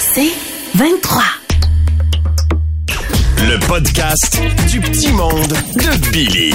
C'est 23. Le podcast du petit monde de Billy.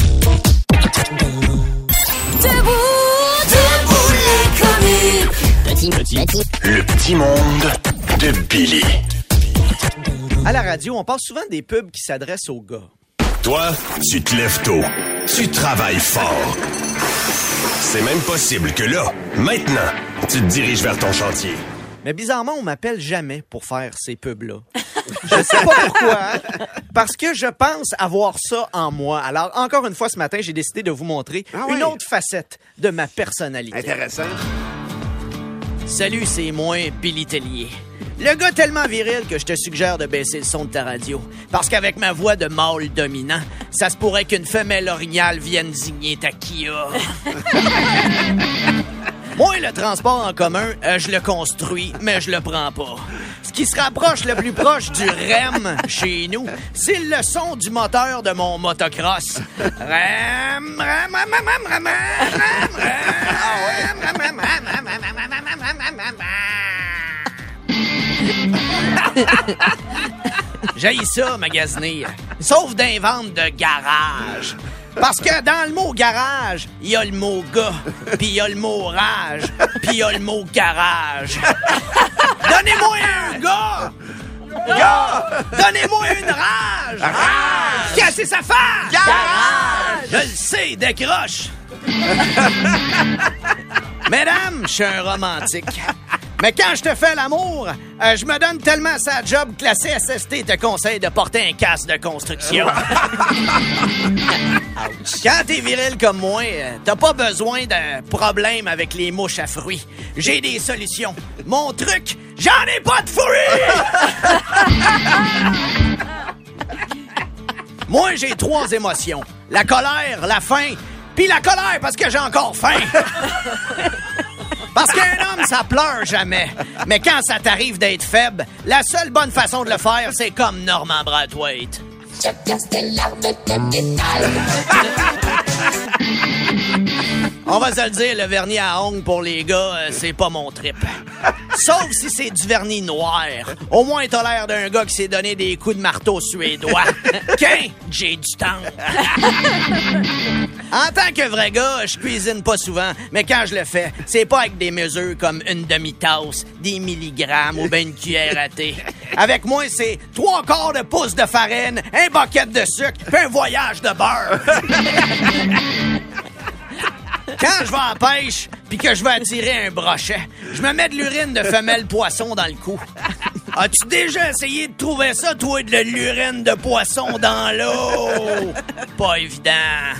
Debout les comiques. Le petit monde de Billy. À la radio, on parle souvent des pubs qui s'adressent aux gars. Toi, tu te lèves tôt. Tu travailles fort. C'est même possible que là, maintenant, tu te diriges vers ton chantier. Mais bizarrement, on m'appelle jamais pour faire ces pubs-là. Je sais pas pourquoi. Parce que je pense avoir ça en moi. Alors, encore une fois, ce matin, j'ai décidé de vous montrer une autre facette de ma personnalité. Intéressant. Salut, c'est moi, Billy Tellier. Le gars tellement viril que je te suggère de baisser le son de ta radio. Parce qu'avec ma voix de mâle dominant, ça se pourrait qu'une femelle orignale vienne zigner ta Kia. Moi, le transport en commun, je le construis, mais je le prends pas. Ce qui se rapproche le plus proche du REM chez nous, c'est le son du moteur de mon motocross. REM, REM, REM, REM, REM, REM, J'haïs ça, magasiner. Sauf dans les ventes de garage. Parce que dans le mot garage, il y a le mot gars, puis il y a le mot rage, puis il y a le mot garage. Donnez-moi un gars! Donnez-moi une rage! Rage! Cassez sa face! Garage! Je le sais, décroche! Mesdames, je suis un romantique. Mais quand je te fais l'amour, je me donne tellement sa job que la CSST te conseille de porter un casque de construction. Quand t'es viril comme moi, t'as pas besoin de problème avec les mouches à fruits. J'ai des solutions. Mon truc, j'en ai pas de fruits! Moi, j'ai 3 émotions. La colère, la faim, puis la colère parce que j'ai encore faim. Parce qu'un homme, ça pleure jamais. Mais quand ça t'arrive d'être faible, la seule bonne façon de le faire, c'est comme Norman Brathwaite. On va se le dire, le vernis à ongles pour les gars, c'est pas mon trip. Sauf si c'est du vernis noir. Au moins, t'as l'air d'un gars qui s'est donné des coups de marteau suédois. Qu'un, j'ai du temps. En tant que vrai gars, je cuisine pas souvent, mais quand je le fais, c'est pas avec des mesures comme une demi-tasse, des milligrammes ou ben une cuillère à thé. Avec moi, c'est 3/4 de pouce de farine, un bucket de sucre, puis un voyage de beurre. Quand je vais à la pêche puis que je vais attirer un brochet, je me mets de l'urine de femelle poisson dans le cou. As-tu déjà essayé de trouver ça, toi, de l'urine de poisson dans l'eau? Pas évident.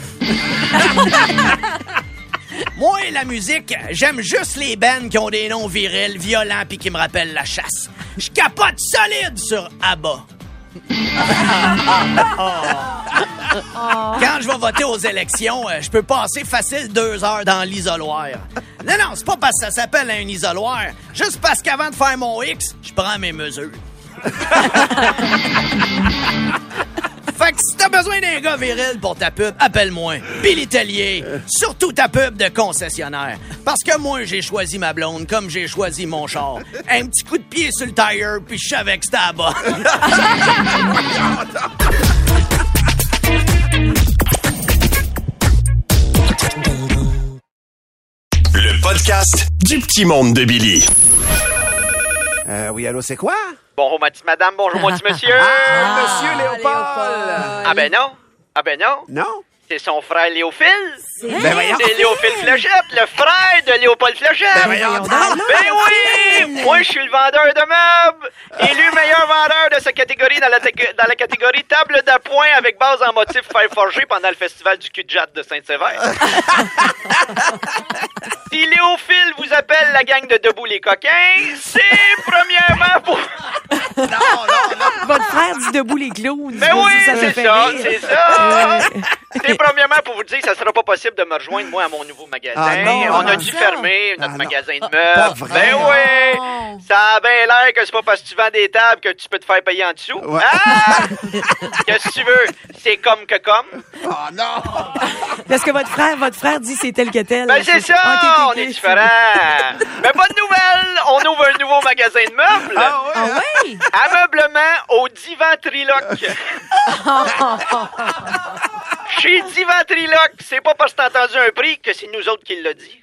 Moi, la musique, j'aime juste les bands qui ont des noms virils, violents puis qui me rappellent la chasse. Je capote solide sur ABBA. Quand je vais voter aux élections, je peux passer facile 2 heures dans l'isoloir. Non, c'est pas parce que ça s'appelle un isoloir. Juste parce qu'avant de faire mon X, je prends mes mesures. Fait que si t'as besoin d'un gars viril pour ta pub, appelle-moi. Billy Tellier. Surtout ta pub de concessionnaire. Parce que moi, j'ai choisi ma blonde comme j'ai choisi mon char. Un petit coup de pied sur le tire, puis je savais que c'était à bas. Le podcast du petit monde de Billy. Oui, allô, c'est quoi? Bonjour, ma petite madame, bonjour, mon petit monsieur. Monsieur Léopold! Ah ben non. Ah ben non. Non? C'est son frère Léophile. Ben voyons. C'est Léophile Fléchette, le frère de Léopold Fléchette. Ben voyons. Ben oui! Moi, je suis le vendeur de meubles. Élu meilleur vendeur de sa catégorie dans la catégorie table d'appoint avec base en motif fer forgé pendant le festival du cul-de-jatte de Saint-Sévère. Si Léophile vous appelle la gang de Debout les coquins, c'est premièrement pour... Non. Votre frère dit Debout les clowns. Ben oui, c'est c'est ça. C'est premièrement pour vous dire que ça sera pas possible de me rejoindre, moi, à mon nouveau magasin. Ah non, on a non, dû ça. fermer notre Ah magasin de Pas meubles. vrai. Ben oui! Ça a bien l'air que c'est pas parce que tu vends des tables que tu peux te faire payer en dessous. Ouais. Ah! Qu'est-ce que tu veux? C'est comme que comme. Oh non! Parce que votre frère dit c'est tel que tel. Ben c'est ça! Ok. On est différents. Mais bonne nouvelle! On ouvre un nouveau magasin de meubles. Ah oui? Ah oui? Ameublement au Divan Triloc. Chez Divan Triloc, c'est pas parce que t'as entendu un prix que c'est nous autres qui l'a dit.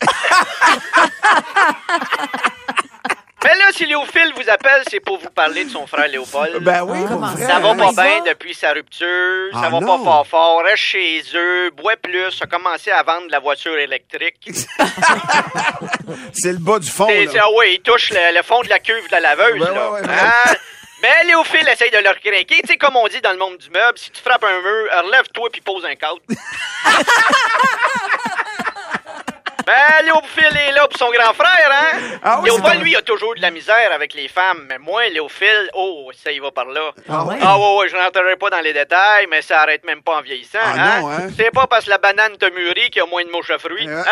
Mais là, si Léophile vous appelle, c'est pour vous parler de son frère Léopold. Ben oui, mon comment frère. Ça va pas ça bien va? depuis sa rupture, ça Ah va non. pas fort, reste chez eux, bois plus, a commencé à vendre de la voiture électrique. C'est le bas du fond, C'est, là. oui, il touche le fond de la cuve de la laveuse, Ben là. ouais, ouais, ouais. Hein? Mais Léophile essaye de le recrinquer. Tu sais, comme on dit dans le monde du meuble, si tu frappes un mur, relève-toi puis pose un cadre. Ben, Léophile est là pour son grand frère, hein? Ah oui, Léopold, c'est lui, a toujours de la misère avec les femmes. Mais moi, Léophile, ça y va par là. Ah ouais? Ah ouais, je rentrerai pas dans les détails, mais ça arrête même pas en vieillissant, Ah hein? non, hein? C'est pas parce que la banane t'a mûri qu'il y a moins de mouches à fruits. Ouais.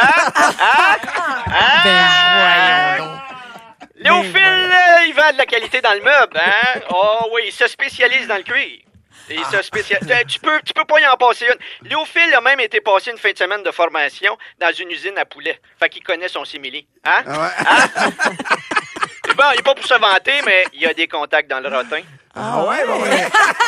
Voyons donc. Léophile, il vend de la qualité dans le meuble, hein? Oh oui, il se spécialise dans le cuir. Il se spécialise. Tu peux pas y en passer une. Léophile a même été passé une fin de semaine de formation dans une usine à poulet. Fait qu'il connaît son simili. Hein? Ah ouais. Hein? Bon, il est pas pour se vanter, mais il a des contacts dans le rotin. Ah ouais, bon, ouais.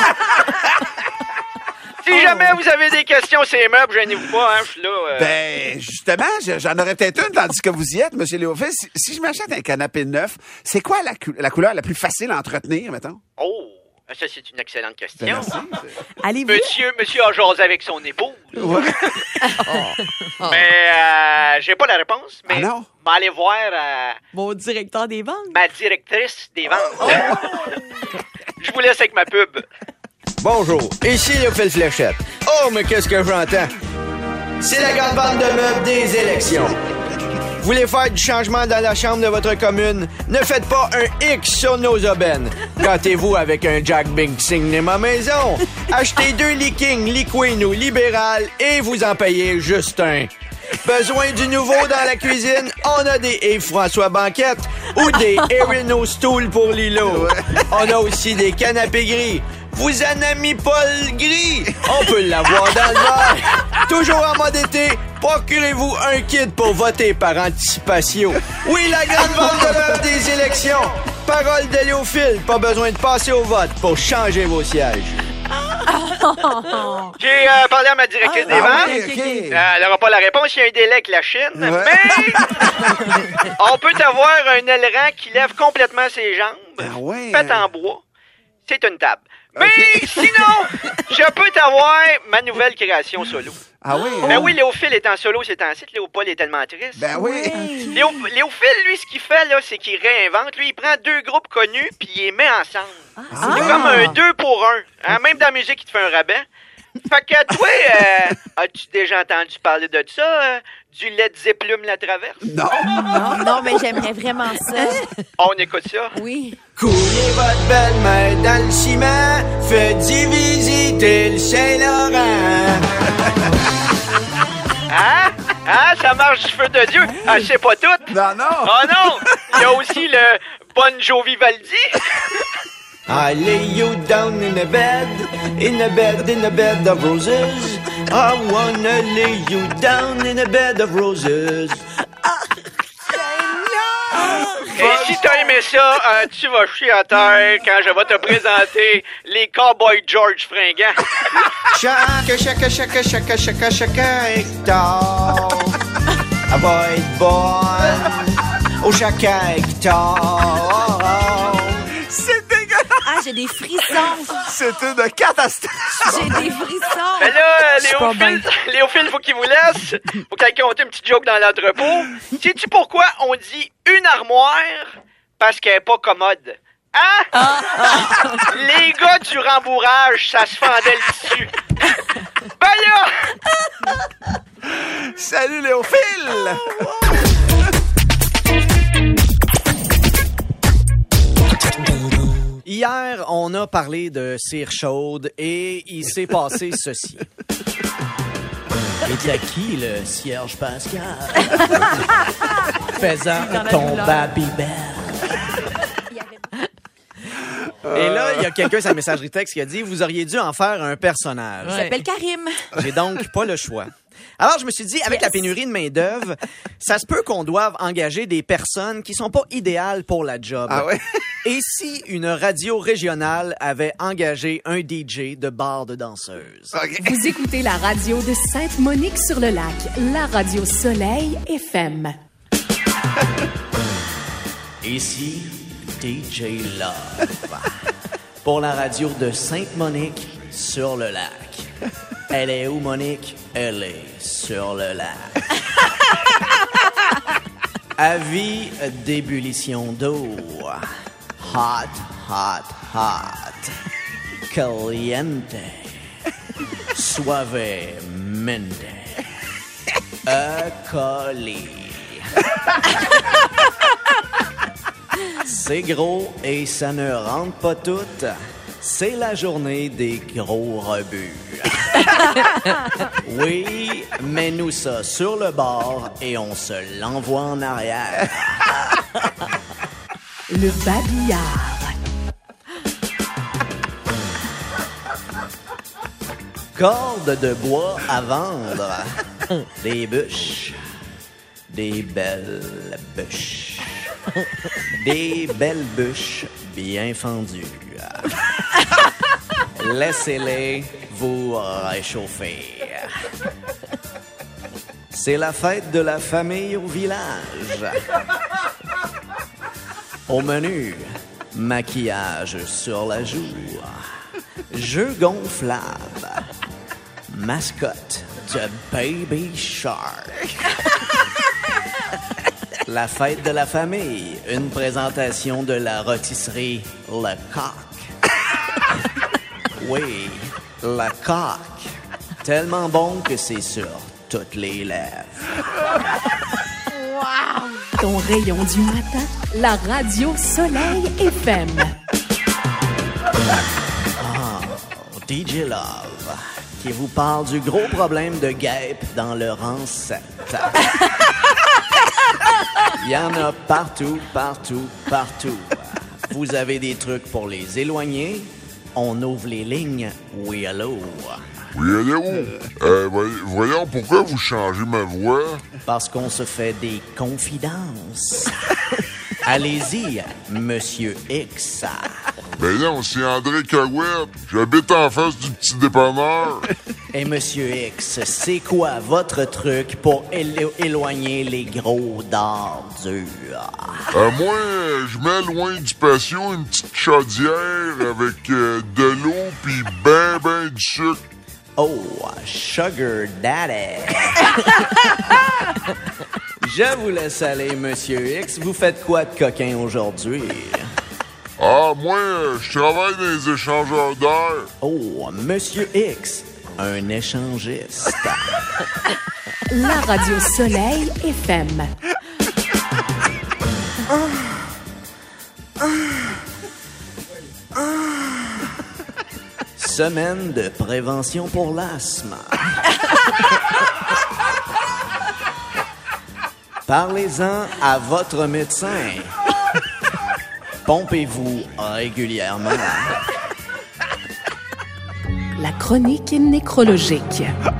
Si jamais vous avez des questions sur les meubles, gênez-vous pas, hein? Je suis là. Ben, justement, j'en aurais peut-être une tandis que vous y êtes, M. Léophile. Si je m'achète un canapé neuf, c'est quoi la couleur la plus facile à entretenir, mettons? Oh, ça, c'est une excellente question. Ben, merci. Allez-vous? Monsieur a jasé avec son épouse. Ouais. Mais j'ai pas la réponse. Mais Ah non? aller voir Mon directeur des ventes? ma directrice des ventes. Je vous laisse avec ma pub. Bonjour, ici Léophile Fléchette. Oh, mais qu'est-ce que j'entends? C'est la grande vente de meubles des élections. Vous voulez faire du changement dans la chambre de votre commune? Ne faites pas un X sur nos aubaines. Gâtez-vous avec un Jack Bing Cinéma Maison. Achetez 2 Lee King, Lee Queen ou Libéral et vous en payez juste un. Besoin du nouveau dans la cuisine? On a des Yves-François Banquette ou des Erin Stool pour Lilo. On a aussi des canapés gris. Vous en avez mis Paul Gris? On peut l'avoir dans le verre. Toujours en mode été, procurez-vous un kit pour voter par anticipation. Oui, la grande vente de meubles des élections. Parole de Léophile, pas besoin de passer au vote pour changer vos sièges. J'ai parlé à ma directrice des Ah ventes. oui, OK. Elle n'aura pas la réponse, il y a un délai avec la Chine. Ouais. Mais on peut avoir un aileron qui lève complètement ses jambes, Ah ouais, fait hein. en bois. C'est une table. Mais OK. sinon, je peux t'avoir ma nouvelle création solo. Ah oui? Ben oui, Léophile est en solo ces temps-ci. Léopold est tellement triste. Ben oui. Léophile, lui, ce qu'il fait, là, c'est qu'il réinvente. Lui, il prend 2 groupes connus, puis il les met ensemble. C'est comme un 2 pour 1. Hein? Même dans la musique, il te fait un rabais. Fait que toi, as-tu déjà entendu parler de ça? Du Led Zeppelin la traverse? Non. Non, mais j'aimerais vraiment ça. On écoute ça. Oui. Coulez votre belle-mère dans le ciment, faites-y visiter le Saint-Laurent. Hein? Hein? Ça marche du feu de Dieu. Ah, c'est pas tout. Non, non. Oh non! Il y a aussi le Bon Jovi Valdi. I lay you down in a bed, in a bed of roses. I wanna lay you down in a bed of roses. Et si t'as aimé ça, tu vas chier à terre quand je vais te présenter les Cowboys George fringants. Chaque hectare. I va être bonne au chaque hectare. C'est dégueulasse. Ah, j'ai des frissons. C'est une catastrophe. J'ai des frissons. Mais là, Je suis pas bien. Léophile, faut qu'il vous laisse. Faut qu'elle compte une petite joke dans l'entrepôt. Sais-tu pourquoi on dit une armoire? Parce qu'elle est pas commode. Hein? Les gars du rembourrage, ça se fendait le tissu. Ben là! Salut, Léophile. Hier, on a parlé de cire chaude et il s'est passé ceci. Et à qui le cierge Pascal? Faisant ton Babybel. Et là, il y a quelqu'un sur la messagerie texte qui a dit « Vous auriez dû en faire un personnage. Il s'appelle Karim. J'ai donc pas le choix. Alors, je me suis dit, avec la pénurie de main-d'œuvre, ça se peut qu'on doive engager des personnes qui sont pas idéales pour la job. Ah ouais? Et si une radio régionale avait engagé un DJ de bar de danseuse? OK. Vous écoutez la radio de Sainte-Monique-sur-le-Lac, la radio Soleil FM. Ici, DJ Love. Pour la radio de Sainte-Monique sur le lac. Elle est où, Monique? Elle est sur le lac. Avis d'ébullition d'eau. Hot, hot, hot. Caliente. Suavemente. Coli. C'est gros et ça ne rentre pas tout. C'est la journée des gros rebuts. Oui, mets-nous ça sur le bord et on se l'envoie en arrière. Le babillard. Cordes de bois à vendre. Des bûches. Des belles bûches. Des belles bûches bien fendues. Laissez-les vous réchauffer. C'est la fête de la famille au village. Au menu, maquillage sur la joue, jeu gonflable, mascotte de Baby Shark. La fête de la famille, une présentation de la rôtisserie Le Coq. Oui, Le Coq. Tellement bon que c'est sur toutes les lèvres. Ton rayon du matin, la radio Soleil FM. DJ Love, qui vous parle du gros problème de guêpes dans le rang 7. Il y en a partout, partout, partout. Vous avez des trucs pour les éloigner? On ouvre les lignes. Oui, allô? Oui, allô? Voyons, pourquoi vous changez ma voix? Parce qu'on se fait des confidences. Allez-y, Monsieur X. Ben non, c'est André Cahouette. J'habite en face du petit dépanneur. Et Monsieur X, c'est quoi votre truc pour éloigner les gros d'ordures? Moi, je mets loin du patio une petite chaudière avec de l'eau pis ben du sucre. Oh, Sugar Daddy. Je vous laisse aller, Monsieur X. Vous faites quoi de coquin aujourd'hui? Ah, moi, je travaille dans les échangeurs d'air. Oh, Monsieur X, un échangiste. La radio Soleil FM. Semaine de prévention pour l'asthme. Parlez-en à votre médecin. Pompez-vous régulièrement. La chronique nécrologique.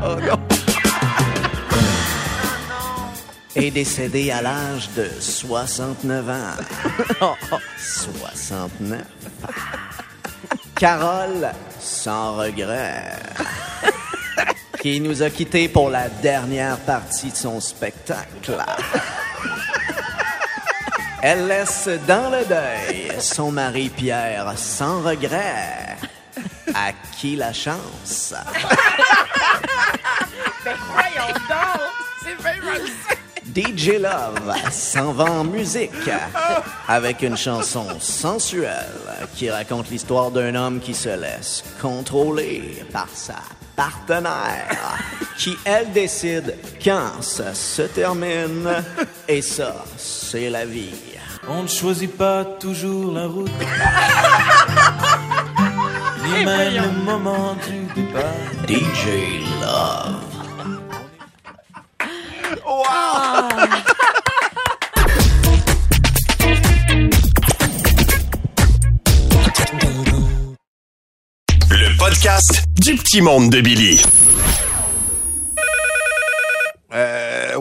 Est décédé à l'âge de 69 ans. 69. Carole, sans regret, qui nous a quittés pour la dernière partie de son spectacle. Elle laisse dans le deuil son mari Pierre, sans regret. À qui la chance? Ben voyons donc! C'est bien mal fait. DJ Love s'en va en musique avec une chanson sensuelle qui raconte l'histoire d'un homme qui se laisse contrôler par sa partenaire qui, elle, décide quand ça se termine. Et ça, c'est la vie. On ne choisit pas toujours la route, ni même le moment du départ. DJ Love. Le podcast du petit monde de Billy.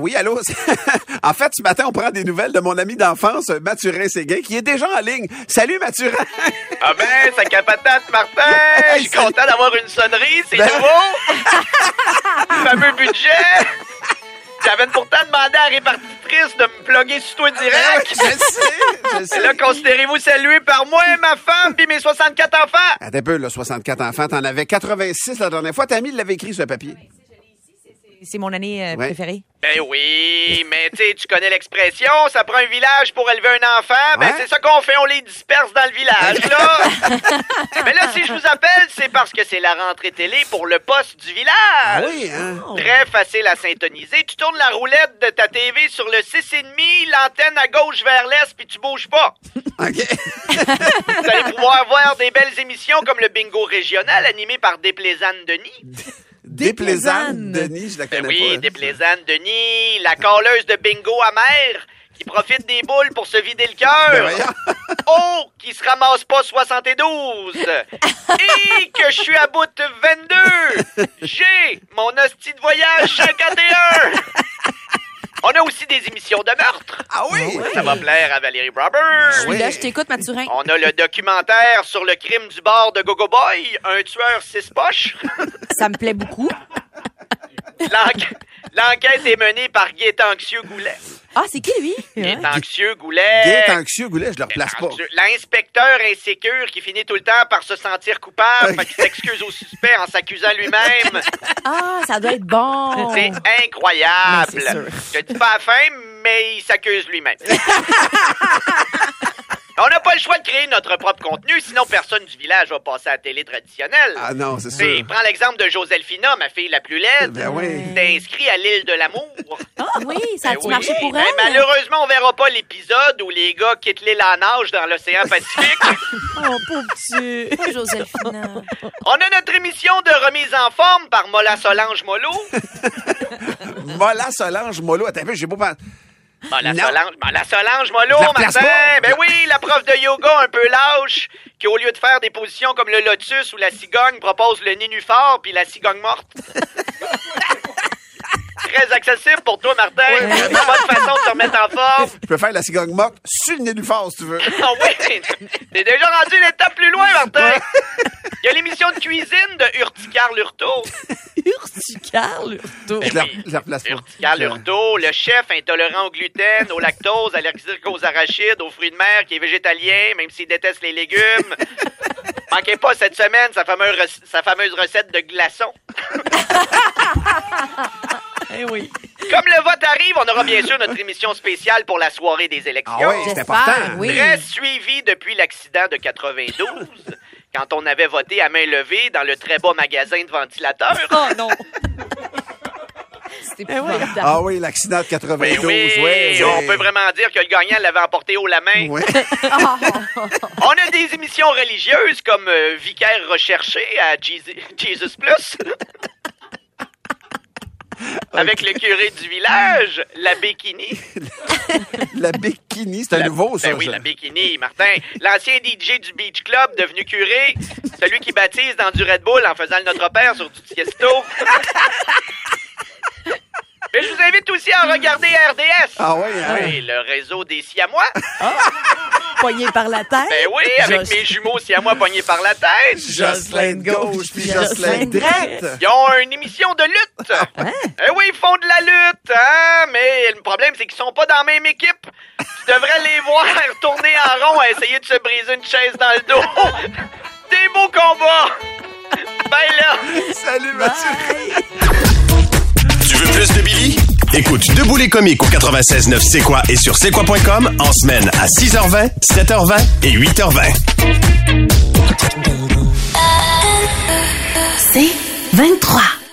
Oui, allô? En fait, ce matin, on prend des nouvelles de mon ami d'enfance, Mathurin-Séguin, qui est déjà en ligne. Salut, Mathurin! Ah ben, ça capatate, Martin! Je suis content d'avoir une sonnerie, c'est nouveau! Fameux budget! J'avais pourtant demandé à la répartitrice de me plugger sur toi direct. Je sais. Et là, considérez-vous salué par moi, ma femme, puis mes 64 enfants. Attends un peu, là, 64 enfants. T'en avais 86 la dernière fois. Ta amie l'avait écrit sur un papier. C'est mon année préférée. Ben oui, mais tu sais, tu connais l'expression, ça prend un village pour élever un enfant. Ben c'est ça qu'on fait, on les disperse dans le village, là. Mais là, si je vous appelle, c'est parce que c'est la rentrée télé pour le poste du village. Ah oui, hein? Très facile à syntoniser. Tu tournes la roulette de ta TV sur le 6,5, l'antenne à gauche vers l'est, puis tu bouges pas. OK. Vous allez pouvoir voir des belles émissions comme le bingo régional animé par Desplaisane Denis. Desplaisane Denis, je la connais pas. Oui, Desplaisane Denis, la calleuse de bingo amère qui profite des boules pour se vider le cœur. Oh, qui se ramasse pas 72. Et que je suis à bout de 22. J'ai mon hostie de voyage 51. On a aussi des émissions de meurtre. Ah oui? Ça va plaire à Valérie Roberts. Là, je t'écoute, Mathurin. On a le documentaire sur le crime du bar de Gogo Boy, un tueur 6 poches. Ça me plaît beaucoup. L'enquête est menée par Gaétanxieux Goulet. Ah, c'est qui, lui? Gaétanxieux Goulet. Gaétanxieux Goulet, je le replace pas. L'inspecteur insécure qui finit tout le temps par se sentir coupable, fait qu'il s'excuse au suspect en s'accusant lui-même. Ah, ça doit être bon. C'est incroyable. Mais c'est sûr. Je dis pas à la fin, mais il s'accuse lui-même. On n'a pas le choix de créer notre propre contenu, sinon personne du village va passer à la télé traditionnelle. Ah non, c'est sûr. Prends l'exemple de Joséphina, ma fille la plus laide. Ben oui. T'es inscrit à l'île de l'amour. Ah oui, ça a-tu marché pour elle? Malheureusement, on verra pas l'épisode où les gars quittent l'île en nage dans l'océan Pacifique. Oh, pauvre petit. Oh, Joséphina. On a notre émission de remise en forme par Mola Solange Molo. Mola Solange Molo. Attends un peu, j'ai beau penser. La Solange Molo, Martin. Ben oui, la prof de yoga un peu lâche, qui au lieu de faire des positions comme le lotus ou la cigogne, propose le nénuphar puis la cigogne morte. Très accessible pour toi, Martin. Une bonne façon de te remettre en forme. Je peux faire la cigogne morte sur le nénuphar, si tu veux. Ah oui, t'es déjà rendu une étape plus loin, Martin. Il y a l'émission de cuisine de Urticaire Lurto. Urticaire Lurto. Je la replace pas. Urticaire Lurto, le chef intolérant au gluten, au lactose, allergique aux arachides, aux fruits de mer, qui est végétalien, même s'il déteste les légumes. Manquez pas cette semaine sa fameuse recette de glaçons. Eh oui. Comme le vote arrive, on aura bien sûr notre émission spéciale pour la soirée des élections. Ah oui, c'est important. Oui. Très suivi depuis l'accident de 92, quand on avait voté à main levée dans le très bas magasin de ventilateurs. Oh non. C'était épouvantable. Ah oui, l'accident de 92. Oui, on peut vraiment dire que le gagnant l'avait emporté haut la main. Oui. On a des émissions religieuses comme Vicaire recherché à Jesus Plus. Avec le curé du village, l'abbé Kini. L'abbé Kini, c'est un nouveau, ça. Ben oui, l'abbé Kini, Martin. L'ancien DJ du Beach Club, devenu curé. Celui qui baptise dans du Red Bull en faisant le Notre Père sur du Tiesto. Mais je vous invite aussi à regarder RDS. Ah oui, hein? Oui, le réseau des Siamois. Poigné par la tête. Ben oui, avec mes jumeaux Siamois poignés par la tête. Jocelyn de gauche, puis Jocelyn de droite. Ils ont une émission de lutte. Eh oui, ils font de la lutte, hein? Mais le problème, c'est qu'ils sont pas dans la même équipe. Tu devrais les voir tourner en rond à essayer de se briser une chaise dans le dos. Des beaux combats. Ben là. Salut, Mathieu. Tu veux plus de Billy? Écoute Debout les comiques au 96.9 C'est quoi et sur c'est quoi.com en semaine à 6h20, 7h20 et 8h20. C'est 23.